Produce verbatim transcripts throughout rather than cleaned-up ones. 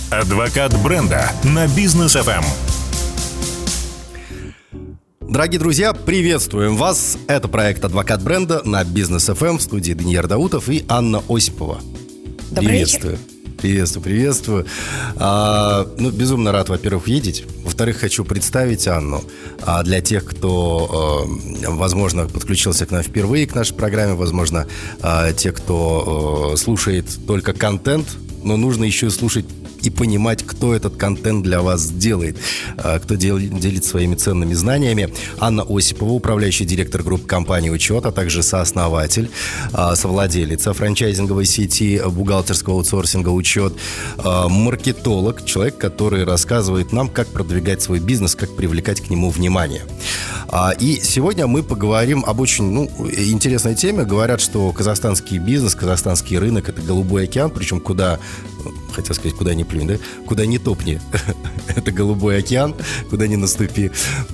Адвокат бренда на Бизнес эф эм. Дорогие друзья, приветствуем вас. Это проект «Адвокат бренда» на Бизнес эф эм. В студии Даниил Даутов и Анна Осипова. Добрый приветствую. вечер. Приветствую, приветствую. А, ну, безумно рад, во-первых, видеть. Во-вторых, хочу представить Анну. А для тех, кто, э, возможно, подключился к нам впервые, к нашей программе, возможно, э, те, кто э, слушает только контент, но нужно еще слушать и понимать, кто этот контент для вас делает, кто дел, делится своими ценными знаниями. Анна Осипова, управляющий директор группы компании «Учет», а также сооснователь, совладелица франчайзинговой сети бухгалтерского аутсорсинга «Учет», маркетолог, человек, который рассказывает нам, как продвигать свой бизнес, как привлекать к нему внимание. И сегодня мы поговорим об очень ну, интересной теме. Говорят, что казахстанский бизнес, казахстанский рынок – это голубой океан, причем куда, хотел сказать, куда ни плюнь, да? Куда ни топни. Это голубой океан, куда ни наступи.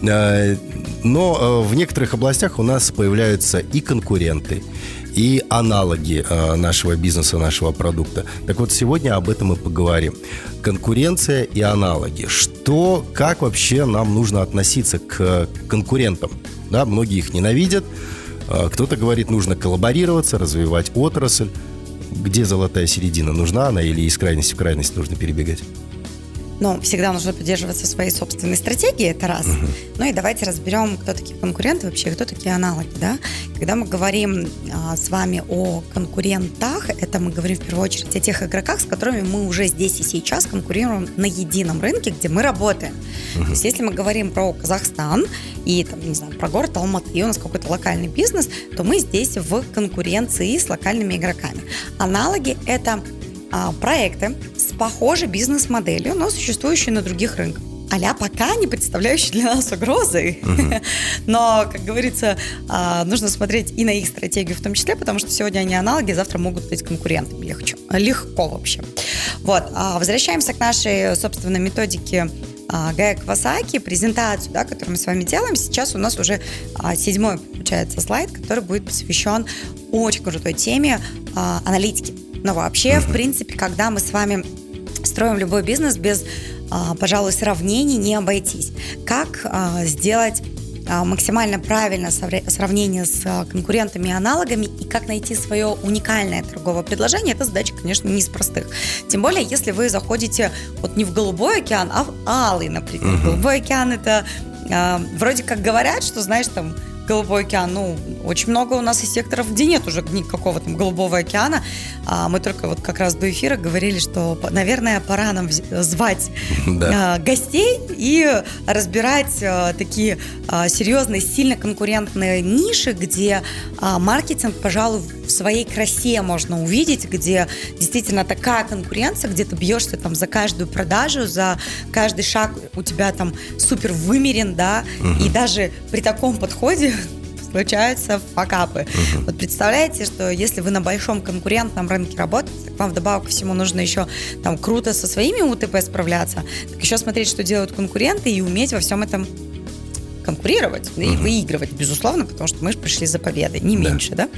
Но в некоторых областях у нас появляются и конкуренты, и аналоги нашего бизнеса, нашего продукта. Так вот, сегодня об этом и поговорим. Конкуренция и аналоги. Что, как вообще нам нужно относиться к конкурентам? Да, многие их ненавидят. Кто-то говорит, нужно коллаборироваться, развивать отрасль. Где золотая середина? Нужна она или из крайности в крайность нужно перебегать? Ну, всегда нужно придерживаться своей собственной стратегии, это раз. Uh-huh. Ну и давайте разберем, кто такие конкуренты вообще, кто такие аналоги, да? Когда мы говорим а, с вами о конкурентах, это мы говорим в первую очередь о тех игроках, с которыми мы уже здесь и сейчас конкурируем на едином рынке, где мы работаем. Uh-huh. То есть если мы говорим про Казахстан и, там, не знаю, про город Алматы, и у нас какой-то локальный бизнес, то мы здесь в конкуренции с локальными игроками. Аналоги – это а, проекты с похожей бизнес-моделью, но существующие на других рынках. А-ля пока не представляющие для нас угрозы. Uh-huh. Но, как говорится, нужно смотреть и на их стратегию в том числе, потому что сегодня они аналоги, завтра могут быть конкурентами. Легче. Легко вообще. Вот. Возвращаемся к нашей собственной методике Гая Кавасаки, презентацию, да, которую мы с вами делаем. Сейчас у нас уже седьмой, получается, слайд, который будет посвящен очень крутой теме аналитики. Но вообще, uh-huh. в принципе, когда мы с вами строим любой бизнес, без, пожалуй, сравнений не обойтись. Как сделать максимально правильно сравнение с конкурентами и аналогами и как найти свое уникальное торговое предложение, это задача, конечно, не из простых. Тем более, если вы заходите вот не в голубой океан, а в алый, например. Uh-huh. Голубой океан – это вроде как говорят, что, знаешь, там, Голубой океан, ну, очень много у нас и секторов, где нет уже никакого там Голубого океана. А мы только вот как раз до эфира говорили, что, наверное, пора нам звать да. а, гостей и разбирать а, такие а, серьезные, сильно конкурентные ниши, где а, маркетинг, пожалуй, в своей красе можно увидеть, где действительно такая конкуренция, где ты бьешься там за каждую продажу, за каждый шаг у тебя там супер вымерен, да, угу. и даже при таком подходе случаются факапы. Uh-huh. Вот представляете, что если вы на большом конкурентном рынке работаете, так вам вдобавок ко всему нужно еще там круто со своими УТП справляться, так еще смотреть, что делают конкуренты и уметь во всем этом конкурировать uh-huh. и выигрывать, безусловно, потому что мы же пришли за победой, не да. меньше, да?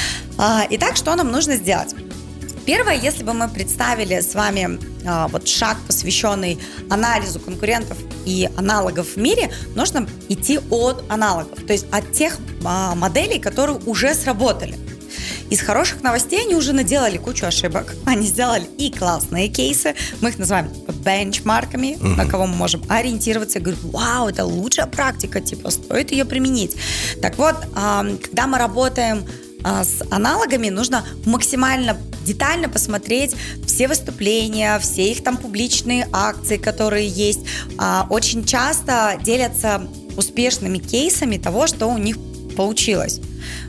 А, итак, что нам нужно сделать? Первое, если бы мы представили с вами а, вот шаг, посвященный анализу конкурентов и аналогов в мире, нужно идти от аналогов, то есть от тех а, моделей, которые уже сработали. Из хороших новостей они уже наделали кучу ошибок, они сделали и классные кейсы, мы их называем бенчмарками, uh-huh. на кого мы можем ориентироваться и говорить, вау, это лучшая практика, типа, стоит ее применить. Так вот, а, когда мы работаем с аналогами, нужно максимально детально посмотреть все выступления, все их там публичные акции, которые есть. Очень часто делятся успешными кейсами того, что у них получилось.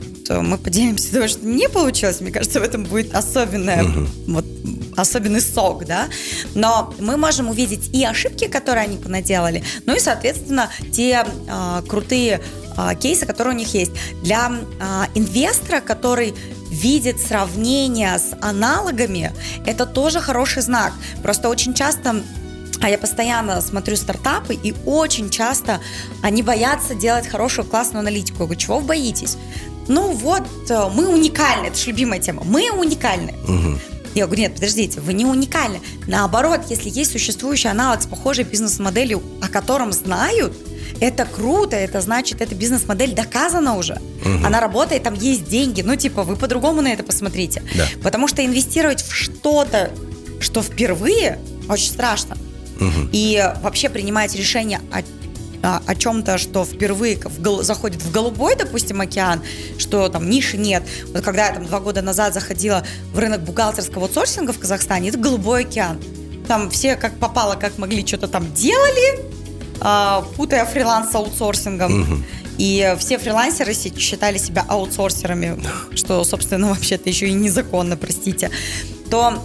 Мы поделимся того, что не получилось. Мне кажется, в этом будет особенное, uh-huh. вот, особенный сок, да. Но мы можем увидеть и ошибки, которые они понаделали, ну и, соответственно, те а, крутые а, кейсы, которые у них есть. Для а, инвестора, который видит сравнение с аналогами, это тоже хороший знак. Просто очень часто... А я постоянно смотрю стартапы, и очень часто они боятся делать хорошую, классную аналитику. Я говорю, чего вы боитесь? Ну вот, мы уникальны, это же любимая тема. Мы уникальны. Угу. Я говорю, нет, подождите, вы не уникальны. Наоборот, если есть существующий аналог с похожей бизнес-моделью, о котором знают, это круто, это значит, эта бизнес-модель доказана уже. Угу. Она работает, там есть деньги. Ну, типа, вы по-другому на это посмотрите. Да. Потому что инвестировать в что-то, что впервые, очень страшно. Угу. И вообще принимать решение о о чем-то, что впервые в гол- заходит в голубой, допустим, океан, что там ниши нет. Вот когда я там два года назад заходила в рынок бухгалтерского аутсорсинга в Казахстане, это голубой океан. Там все как попало, как могли, что-то там делали, э, путая фриланс с аутсорсингом. Угу. И все фрилансеры считали себя аутсорсерами, что, собственно, вообще-то еще и незаконно, простите. То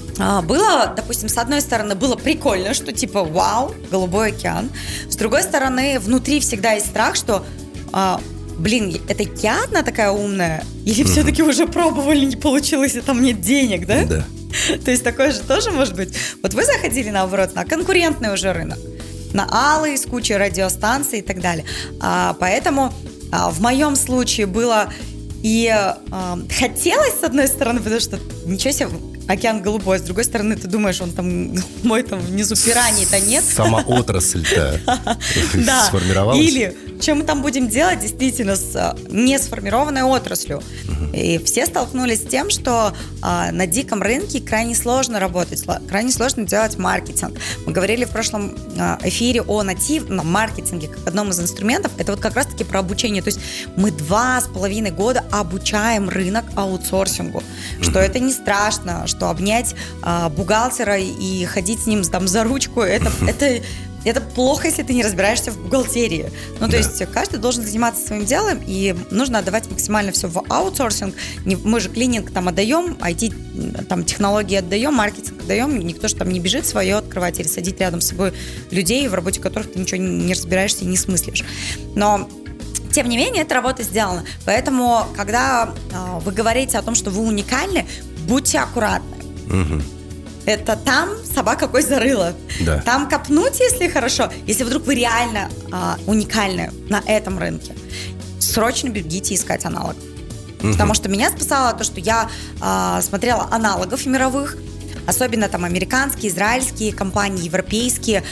было, допустим, с одной стороны, было прикольно, что типа, вау, голубой океан. С другой стороны, внутри всегда есть страх, что, а, блин, это я одна такая умная? Или uh-huh. все-таки уже пробовали, не получилось, и там нет денег, да? Да. То есть такое же тоже может быть. Вот вы заходили, наоборот, на конкурентный уже рынок, на алый, с кучей радиостанций и так далее. А, поэтому а, в моем случае было и а, хотелось, с одной стороны, потому что, ничего себе, океан голубой, с другой стороны, ты думаешь, он там, мой там внизу пираний-то нет. Сама отрасль-то сформировалась. Или, что мы там будем делать, действительно, с не сформированной отраслью. И все столкнулись с тем, что а, на диком рынке крайне сложно работать, крайне сложно делать маркетинг. Мы говорили в прошлом а, эфире о нативном маркетинге как одном из инструментов. Это вот как раз-таки про обучение. То есть мы два с половиной года обучаем рынок аутсорсингу. Mm-hmm. Что это не страшно, что обнять а, бухгалтера и ходить с ним там за ручку, это... Mm-hmm. это Это плохо, если ты не разбираешься в бухгалтерии. Ну, то да. есть каждый должен заниматься своим делом, и нужно отдавать максимально все в аутсорсинг. Мы же клининг там отдаем, ай ти там, технологии отдаем, маркетинг отдаем. Никто же там не бежит свое открывать или садить рядом с собой людей, в работе которых ты ничего не разбираешься и не смыслишь. Но тем не менее, эта работа сделана. Поэтому, когда э, вы говорите о том, что вы уникальны, будьте аккуратны. Угу. Это там собака кость зарыла. Да. Там копнуть, если хорошо. Если вдруг вы реально а, уникальны на этом рынке, срочно бегите искать аналогов. Угу. Потому что меня спасало то, что я а, смотрела аналогов мировых, особенно там американские, израильские компании, европейские.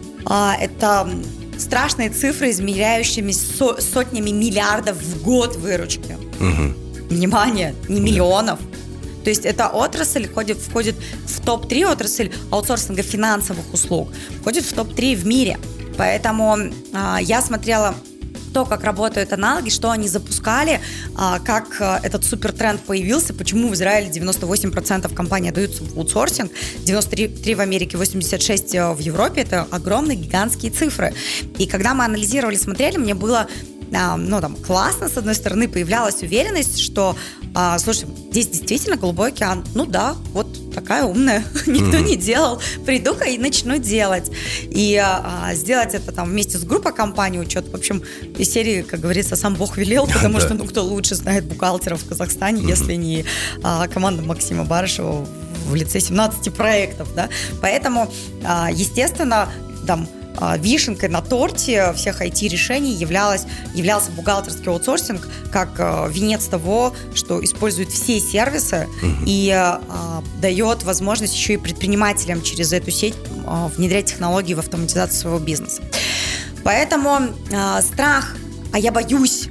А, это страшные цифры, измеряющими со- сотнями миллиардов в год выручки. Угу. Внимание, не миллионов. То есть эта отрасль входит, входит в топ три отрасль аутсорсинга финансовых услуг, входит в топ три в мире. Поэтому а, я смотрела то, как работают аналоги, что они запускали, а, как а, этот супертренд появился, почему в Израиле девяносто восемь процентов компаний отдаются в аутсорсинг, девяносто три в Америке, восемьдесят шесть процентов в Европе. Это огромные, гигантские цифры. И когда мы анализировали, смотрели, мне было... ну, там, классно, с одной стороны, появлялась уверенность, что, а, слушай, здесь действительно голубой океан. Ну да, вот такая умная, никто mm-hmm. не делал. Приду-ка и начну делать. И а, сделать это там вместе с группой компаний, учет, в общем, из серии, как говорится, сам Бог велел, потому что, ну, кто лучше знает бухгалтеров в Казахстане, mm-hmm. если не а, команда Максима Барышева в лице семнадцати проектов, да. Поэтому, а, естественно, там, вишенкой на торте всех ай ти-решений являлось, являлся бухгалтерский аутсорсинг как э, венец того, что использует все сервисы uh-huh. и э, дает возможность еще и предпринимателям через эту сеть э, внедрять технологии в автоматизацию своего бизнеса. Поэтому э, страх, а я боюсь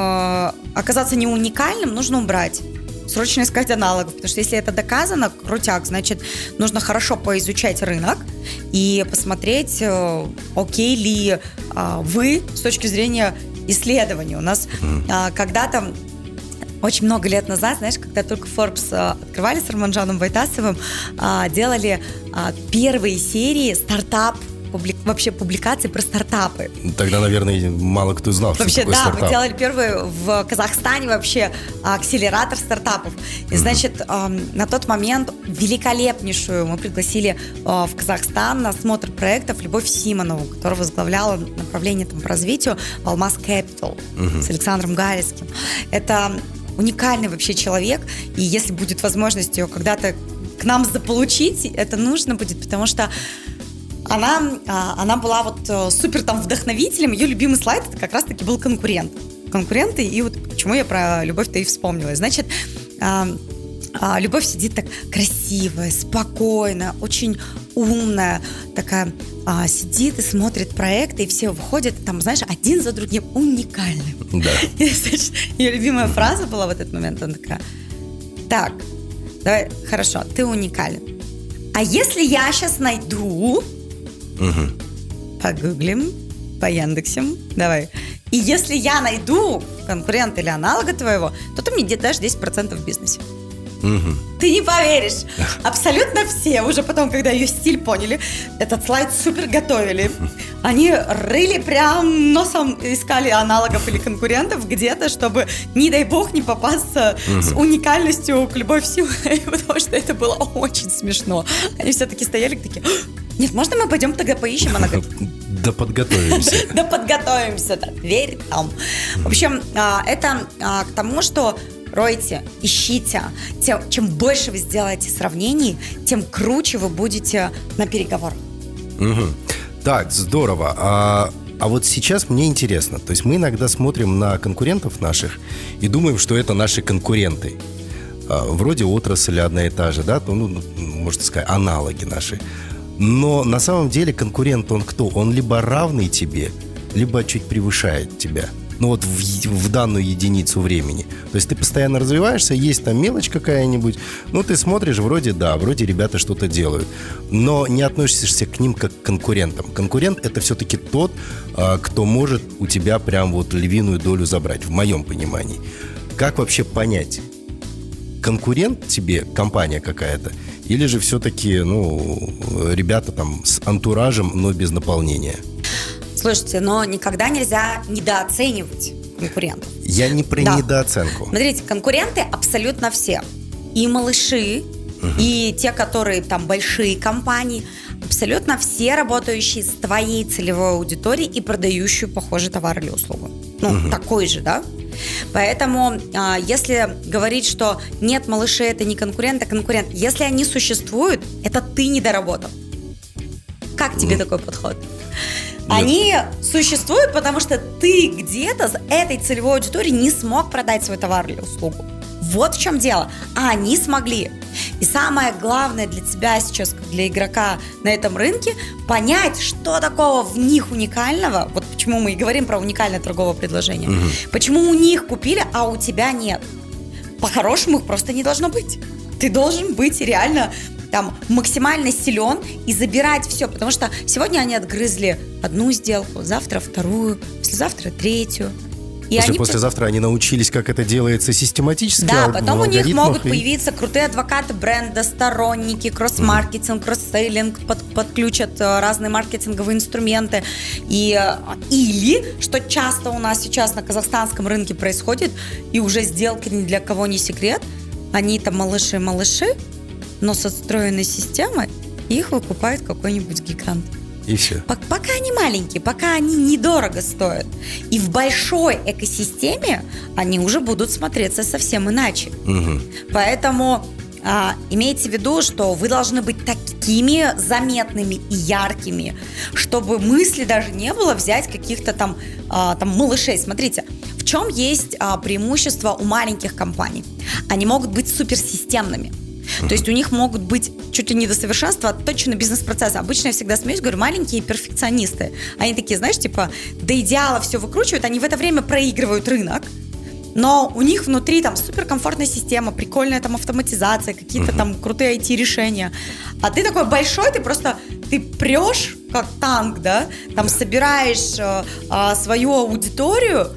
э, оказаться не уникальным, нужно убрать. Срочно искать аналогов, потому что если это доказано, крутяк, значит, нужно хорошо поизучать рынок и посмотреть, окей ли вы с точки зрения исследований. У нас mm-hmm. когда-то, очень много лет назад, знаешь, когда только Forbes открывали с Раманжаном Байтасовым, делали первые серии стартап, Публи... вообще публикации про стартапы. Тогда, наверное, мало кто знал, вообще, что такое да, стартап. Мы делали первый в Казахстане вообще акселератор стартапов. И, mm-hmm. значит, на тот момент великолепнейшую мы пригласили в Казахстан на осмотр проектов Любовь Симонову, которая возглавляла направление там, по развитию в Алмаз Capital mm-hmm. с Александром Галицким. Это уникальный вообще человек, и если будет возможность ее когда-то к нам заполучить, это нужно будет, потому что Она, она была вот супер там вдохновителем. Ее любимый слайд это как раз-таки был конкурент. Конкуренты, и вот почему я про любовь-то и вспомнила. Значит, а, Любовь сидит так красивая, спокойная, очень умная, такая а, сидит и смотрит проекты, и все выходят, там, знаешь, один за другим уникальным. Да. Ее любимая фраза была в этот момент, она такая: так, давай, хорошо, ты уникален. А если я сейчас найду, угу. погуглим, по Яндексим, давай, и если я найду конкурента или аналога твоего, то ты мне дашь десять процентов в бизнесе. Угу. Ты не поверишь. Абсолютно все уже потом, когда ее стиль поняли, этот слайд супер готовили. Они рыли прям носом, искали аналогов или конкурентов где-то, чтобы, не дай бог, не попасться угу. с уникальностью к Любовь Симоновой, потому что это было очень смешно. Они все-таки стояли такие: нет, можно мы пойдем тогда поищем? Она говорит: да подготовимся. Да подготовимся, да, дверь там. В общем, это к тому, что ройте, ищите. Тем, чем больше вы сделаете сравнений, тем круче вы будете на переговорах. Угу. Так, здорово. А, а вот сейчас мне интересно. То есть мы иногда смотрим на конкурентов наших и думаем, что это наши конкуренты. А, вроде отрасль одна и та же, да? Ну, можно сказать, аналоги наши. Но на самом деле конкурент, он кто? Он либо равный тебе, либо чуть превышает тебя. Ну вот в, в данную единицу времени. То есть ты постоянно развиваешься, есть там мелочь какая-нибудь, ну ты смотришь, вроде да, вроде ребята что-то делают, но не относишься к ним как к конкурентам. Конкурент — это все-таки тот, кто может у тебя прям вот львиную долю забрать, в моем понимании. Как вообще понять, конкурент тебе компания какая-то, или же все-таки, ну, ребята там с антуражем, но без наполнения? Слушайте, но никогда нельзя недооценивать конкурентов. Я не про да. недооценку. Смотрите, конкуренты абсолютно все. И малыши, угу. и те, которые там большие компании, абсолютно все работающие с твоей целевой аудиторией и продающие похожий товар или услугу. Ну, угу. такой же, да? Поэтому, если говорить, что нет, малыши — это не конкурент, а конкурент, если они существуют, это ты не доработал. Как тебе mm. такой подход? Нет. Они существуют, потому что ты где-то с этой целевой аудиторией не смог продать свой товар или услугу. Вот в чем дело. А они смогли. И самое главное для тебя сейчас, как для игрока на этом рынке, понять, что такого в них уникального. Вот почему мы и говорим про уникальное торговое предложение. Угу. Почему у них купили, а у тебя нет. По-хорошему их просто не должно быть. Ты должен быть реально там максимально силен и забирать все, потому что сегодня они отгрызли одну сделку, завтра вторую, послезавтра третью. И После, они... Послезавтра они научились, как это делается систематически. Да, а потом у них могут и... появиться крутые адвокаты бренда, сторонники, кросс-маркетинг, кросс-сейлинг, под, подключат разные маркетинговые инструменты. И, или, что часто у нас сейчас на казахстанском рынке происходит, и уже сделки ни для кого не секрет, они там малыши-малыши, но со встроенной системой их выкупает какой-нибудь гигант. И все. Пока они маленькие, пока они недорого стоят. И в большой экосистеме они уже будут смотреться совсем иначе. Угу. Поэтому а, имейте в виду, что вы должны быть такими заметными и яркими, чтобы мысли даже не было взять каких-то там, а, там малышей. Смотрите, в чем есть а, преимущество у маленьких компаний? Они могут быть суперсистемными. То есть у них могут быть чуть ли не до совершенства отточены бизнес-процессы. Обычно я всегда смеюсь, говорю, маленькие перфекционисты. Они такие, знаешь, типа до идеала все выкручивают, они в это время проигрывают рынок, но у них внутри там суперкомфортная система, прикольная там автоматизация, какие-то uh-huh. там крутые ай ти-решения. А ты такой большой, ты просто, ты прешь как танк, да, там собираешь э, э, свою аудиторию,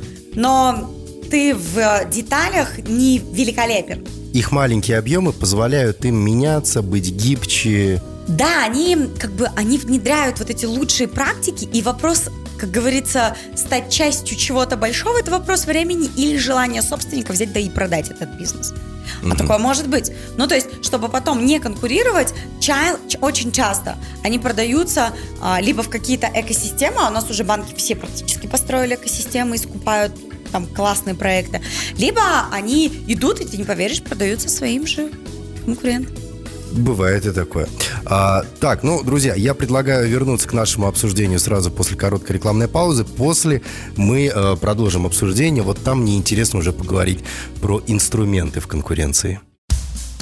но ты в деталях не великолепен. Их маленькие объемы позволяют им меняться, быть гибче. Да, они как бы они внедряют вот эти лучшие практики, и вопрос, как говорится, стать частью чего-то большого, это вопрос времени или желания собственника взять да и продать этот бизнес. А mm-hmm. такое может быть. Ну, то есть, чтобы потом не конкурировать, ча- очень часто они продаются а, либо в какие-то экосистемы, а у нас уже банки все практически построили экосистемы и скупают там классные проекты, либо они идут, и ты не поверишь, продаются своим же конкурентам. Бывает и такое. А, так, ну, друзья, я предлагаю вернуться к нашему обсуждению сразу после короткой рекламной паузы. После мы э, продолжим обсуждение. Вот там мне интересно уже поговорить про инструменты в конкуренции.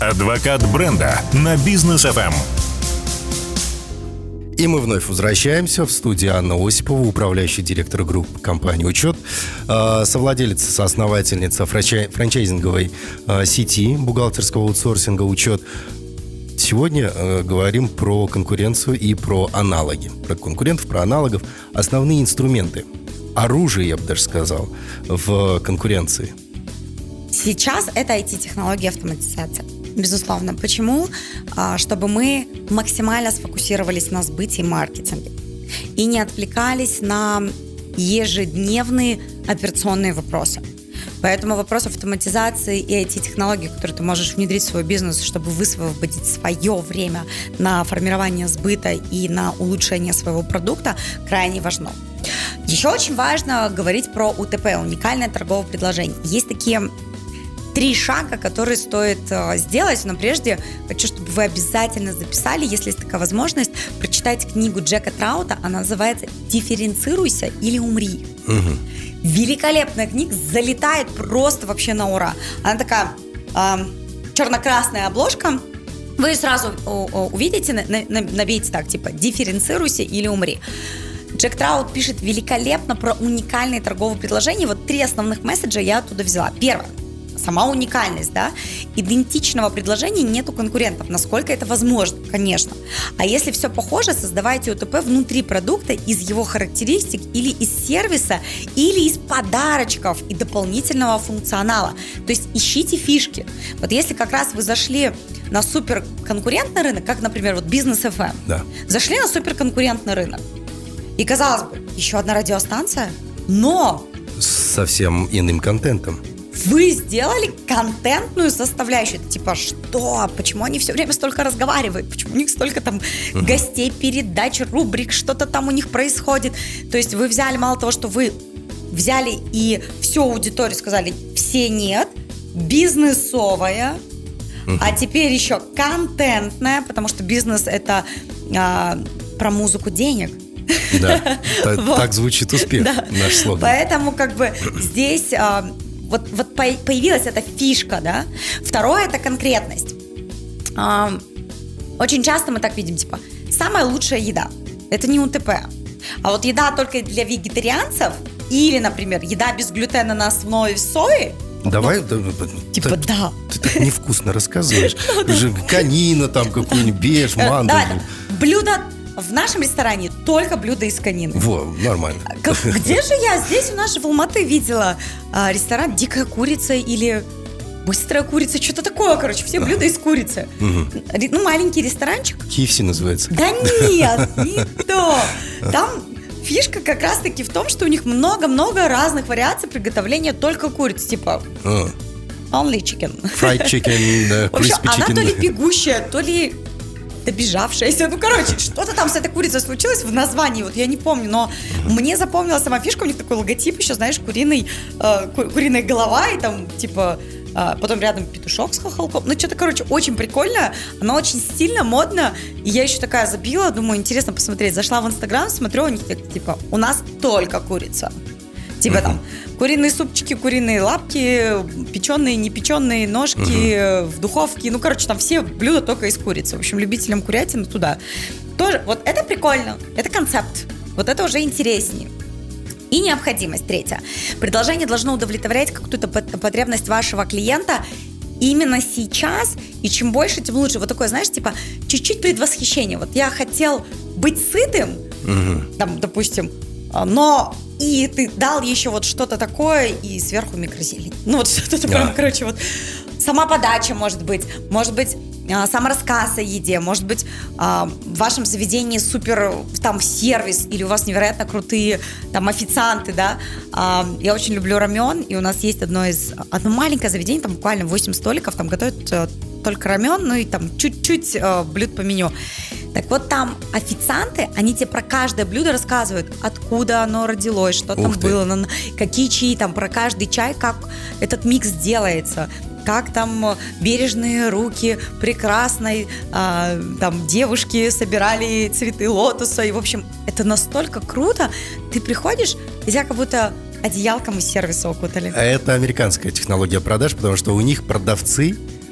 Адвокат бренда на Бизнес эф эм. И мы вновь возвращаемся в студию. Анна Осипова, управляющий директор группы компании «Учет», совладелица, соосновательница франчайзинговой сети бухгалтерского аутсорсинга «Учет». Сегодня э, говорим про конкуренцию и про аналоги. Про конкурентов, про аналогов. Основные инструменты. Оружие, я бы даже сказал, в конкуренции. Сейчас это ай ти-технология, автоматизация. Безусловно. Почему? А, чтобы мы максимально сфокусировались на сбытии и маркетинге. И не отвлекались на ежедневные операционные вопросы. Поэтому вопрос автоматизации и ай ти-технологий, которые ты можешь внедрить в свой бизнес, чтобы высвободить свое время на формирование сбыта и на улучшение своего продукта, крайне важно. Еще очень важно говорить про у тэ пэ, уникальное торговое предложение. Есть такие три шага, которые стоит э, сделать, но прежде хочу, чтобы вы обязательно записали, если есть такая возможность, прочитать книгу Джека Траута, она называется «Дифференцируйся или умри». Угу. Великолепная книга, залетает просто вообще на ура. Она такая э, черно-красная обложка. Вы сразу о, о, увидите, на, на, набейте так, типа «Дифференцируйся или умри». Джек Траут пишет великолепно про уникальные торговые предложения. Вот три основных месседжа я оттуда взяла. Первое. Сама уникальность, да, идентичного предложения нет у конкурентов, насколько это возможно, конечно. А если все похоже, создавайте о тэ пэ внутри продукта из его характеристик или из сервиса, или из подарочков и дополнительного функционала. То есть ищите фишки. Вот если как раз вы зашли на суперконкурентный рынок, как, например, вот Бизнес эф эм, да. Зашли на суперконкурентный рынок, и, казалось бы, еще одна радиостанция, но... С совсем иным контентом. Вы сделали контентную составляющую. Это типа, что? Почему они все время столько разговаривают? Почему у них столько там uh-huh. гостей, передач, рубрик, что-то там у них происходит? То есть вы взяли, мало того, что вы взяли и всю аудиторию сказали, все нет, бизнесовая, uh-huh. а теперь еще контентная, потому что бизнес это а, про музыку денег. Да, вот. Так звучит успех, да. Наш слоган. Поэтому как бы здесь... А, Вот, вот появилась эта фишка, да. Второе – это конкретность. А, очень часто мы так видим, типа, самая лучшая еда – это не о тэ пэ. А вот еда только для вегетарианцев или, например, еда без глютена на основе сои. Давай, ну, да, типа, так, да. Ты так невкусно рассказываешь. Канина там какую-нибудь, беш, манду. Блюдо... В нашем ресторане только блюда из конины. Во, нормально. Где же я? Здесь у нас же в Алматы видела а, ресторан «Дикая курица» или «Быстрая курица», что-то такое, короче, все блюда из курицы. Угу. Ну, маленький ресторанчик. кей эф си называется. Да нет, не то. Там фишка как раз-таки в том, что у них много-много разных вариаций приготовления только курицы, типа... А. Only chicken. Fried chicken, да, в общем, crispy она chicken. то ли бегущая, то ли... добежавшаяся, ну, короче, что-то там с этой курицей случилось в названии, вот я не помню, но мне запомнилась сама фишка, у них такой логотип еще, знаешь, куриный, э, ку- куриная голова, и там, типа, э, потом рядом петушок с хохолком, ну, что-то, короче, очень прикольно, оно очень стильно, модно, и я еще такая забила, думаю, интересно посмотреть, зашла в Инстаграм, смотрю, у них, типа, у нас только курица. Типа uh-huh. там куриные супчики, куриные лапки, печеные, не печеные, ножки uh-huh. в духовке. Ну, короче, там все блюда только из курицы. В общем, любителям курятины туда. Тоже, вот это прикольно, это концепт. Вот это уже интереснее. И необходимость, третья. Предложение должно удовлетворять какую-то потребность вашего клиента именно сейчас, и чем больше, тем лучше. Вот такое, знаешь, типа, чуть-чуть предвосхищение. Вот я хотел быть сытым, uh-huh. там, допустим, но... И ты дал еще вот что-то такое, и сверху микрозелень. Ну вот что-то прям, yeah. короче, вот сама подача может быть, может быть сам рассказ о еде, может быть в вашем заведении супер там сервис, или у вас невероятно крутые там официанты, да. Я очень люблю рамен, и у нас есть одно из, одно маленькое заведение, там буквально восемь столиков, там готовят только рамен, ну и там чуть-чуть блюд по меню. Так вот, там официанты, они тебе про каждое блюдо рассказывают, откуда оно родилось, что там было, какие чаи, там про каждый чай, как этот микс делается, как там бережные руки прекрасной а, там девушки собирали цветы лотоса. И, в общем, это настолько круто. Ты приходишь, и тебя как будто одеялком из сервиса укутали. А это американская технология продаж, потому что у них продавцы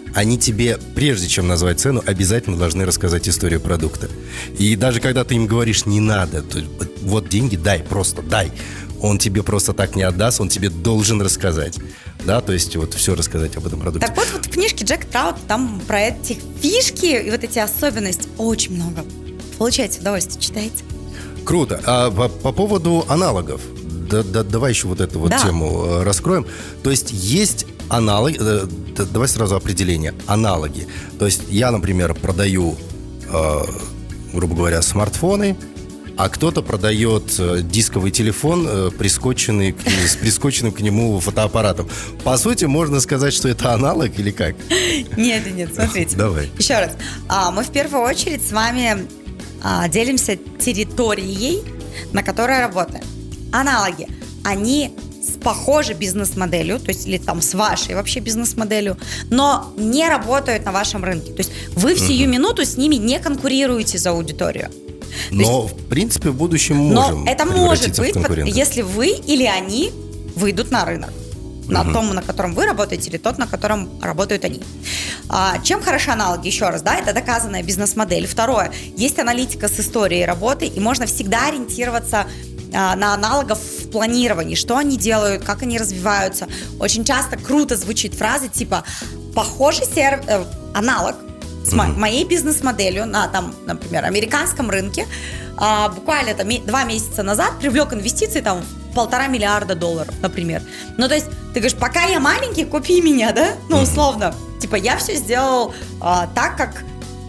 они тебе, прежде чем назвать цену, обязательно должны рассказать историю продукта. И даже когда ты им говоришь «не надо», то, вот деньги дай, просто дай, он тебе просто так не отдаст, он тебе должен рассказать. Да, то есть вот все рассказать об этом продукте. Так вот, вот в книжке Джек Траут там про эти фишки и вот эти особенности очень много. Получаете удовольствие, читаете? Круто. А по, по поводу аналогов, да, да, давай еще вот эту вот да. тему э, раскроем. То есть есть аналоги, э, да, давай сразу определение, аналоги. То есть я, например, продаю, э, грубо говоря, смартфоны, а кто-то продает э, дисковый телефон, э, прискоченный к, с прискоченным к нему фотоаппаратом. По сути, можно сказать, что это аналог или как? Нет, нет, смотрите. Давай. Еще раз. А, мы в первую очередь с вами а, делимся территорией, на которой работаем. Аналоги. Они похожи бизнес-моделью, то есть или там с вашей вообще бизнес-моделью, но не работают на вашем рынке. То есть вы в сию uh-huh. минуту с ними не конкурируете за аудиторию. Но, есть, в принципе, в будущем можем но это может быть, если вы или они выйдут на рынок. На uh-huh. том, на котором вы работаете, или тот, на котором работают они. А, чем хороши аналоги? Еще раз, да, это доказанная бизнес-модель. Второе, есть аналитика с историей работы, и можно всегда ориентироваться а, на аналогов в планировании, что они делают, как они развиваются. Очень часто круто звучит фраза типа «похожий серв... э, аналог с uh-huh. моей бизнес-моделью на, там, например, американском рынке а, буквально там, два месяца назад привлек инвестиции там, в полтора миллиарда долларов, например. Ну, то есть, ты говоришь, пока я маленький, купи меня, да? Ну, условно. Uh-huh. Типа, я все сделал а, так, как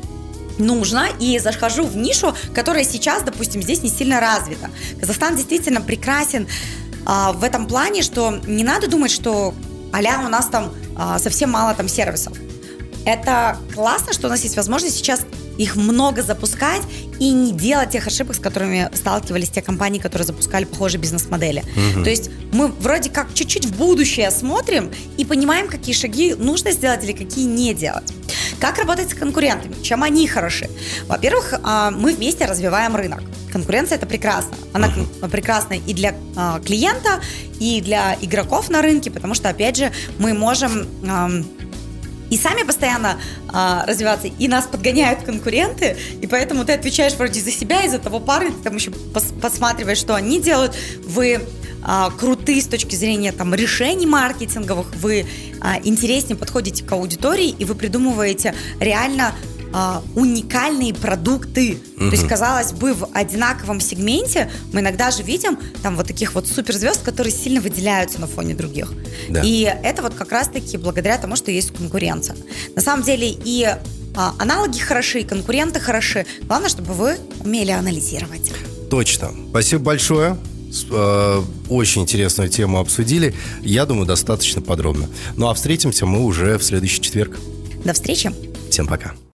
нужно, и захожу в нишу, которая сейчас, допустим, здесь не сильно развита. Казахстан действительно прекрасен а, в этом плане, что не надо думать, что а-ля у нас там а, совсем мало там сервисов. Это классно, что у нас есть возможность сейчас их много запускать и не делать тех ошибок, с которыми сталкивались те компании, которые запускали похожие бизнес-модели. Uh-huh. То есть мы вроде как чуть-чуть в будущее смотрим и понимаем, какие шаги нужно сделать или какие не делать. Как работать с конкурентами? Чем они хороши? Во-первых, мы вместе развиваем рынок. Конкуренция – это прекрасно. Она uh-huh. прекрасна и для клиента, и для игроков на рынке, потому что, опять же, мы можем и сами постоянно а, развиваться, и нас подгоняют конкуренты, и поэтому ты отвечаешь вроде за себя, и за того парня, ты там еще пос- посматриваешь, что они делают, вы а, крутые с точки зрения там, решений маркетинговых, вы а, интереснее подходите к аудитории, и вы придумываете реально а, уникальные продукты. Uh-huh. То есть, казалось бы, в одинаковом сегменте мы иногда же видим там вот таких вот суперзвезд, которые сильно выделяются на фоне других. Да. И это вот как раз-таки благодаря тому, что есть конкуренция. На самом деле и а, аналоги хороши, и конкуренты хороши. Главное, чтобы вы умели анализировать. Точно. Спасибо большое. Очень интересную тему обсудили. Я думаю, достаточно подробно. Ну а встретимся мы уже в следующий четверг. До встречи. Всем пока.